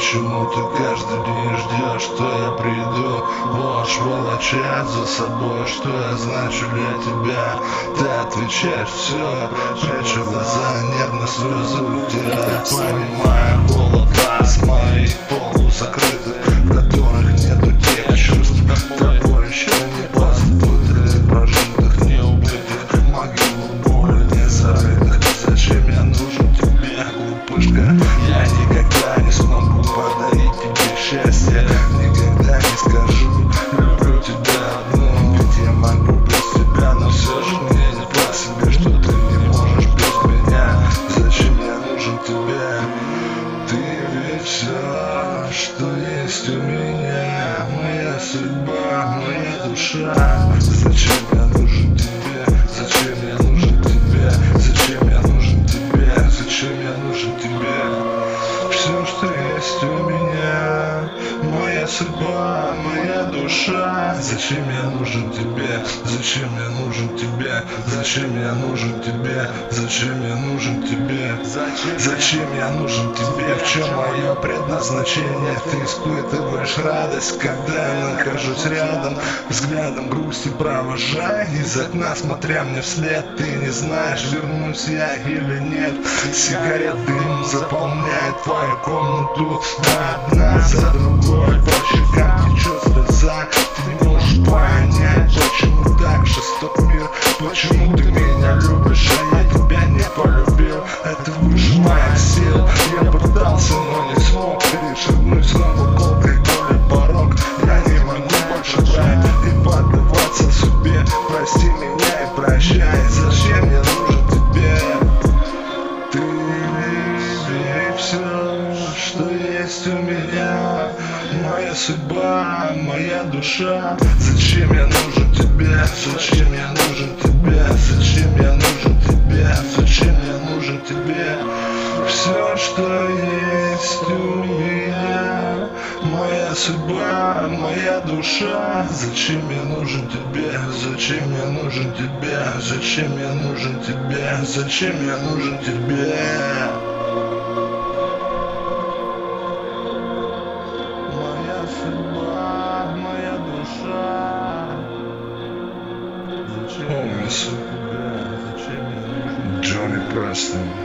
Почему ты каждый день ждешь, что я приду? Ложь волочать за собой, что я значу для тебя? Ты отвечаешь все, прячу глаза, нервно слезы утирая. Понимаю холод глаз моих полузакрытых, в которых нету тех чувств. Тобой еще не поступит прожитых, не убитых, могилу боли не зарытых. Зачем я нужен тебе, глупышка? Я никогда не смогу подарить тебе счастье, никогда не скажу люблю тебя одну. Ведь я могу без тебя, но все же мне не по себе, что ты не можешь без меня. Зачем я нужен тебе? Ты ведь все, что есть у меня, моя судьба, моя душа. Зачем я нужен тебе? Зачем я нужен тебе? Зачем я нужен тебе? Зачем я нужен тебе? Все, что есть у меня, моя судьба, моя душа. Зачем я нужен тебе? Зачем я нужен тебе? Зачем я нужен тебе? Зачем я нужен тебе? Зачем я нужен тебе? В чем мое предназначение? Ты испытываешь радость, когда я нахожусь рядом, взглядом грусти провожая из окна, смотря мне вслед. Ты не знаешь, вернусь я или нет. Сигарет дым заполняет твою комнату, одна за другой по щекам течет слеза. Ты не можешь понять, почему так жесток мир, почему ты меня любишь, а я тебя не полюбил. Это выше моих сил, я пытался, но не смог перешагнуть снова колкой боли порог. Я не могу больше брать и поддаваться судьбе. Прости меня и прощай. Зачем я нужен тебе? Ты ведь все, что есть у меня, моя судьба, моя душа. Зачем я нужен тебе? Зачем я нужен тебе? Зачем я нужен тебе? Зачем я нужен тебе? Все, что есть у меня, моя судьба, моя душа. Зачем я нужен тебе? Зачем я нужен тебе? Зачем я нужен тебе? Зачем я нужен тебе? Моя судьба, моя душа. Зачем я нужен тебе? Зачем я нужен тебе? Джонни Престон.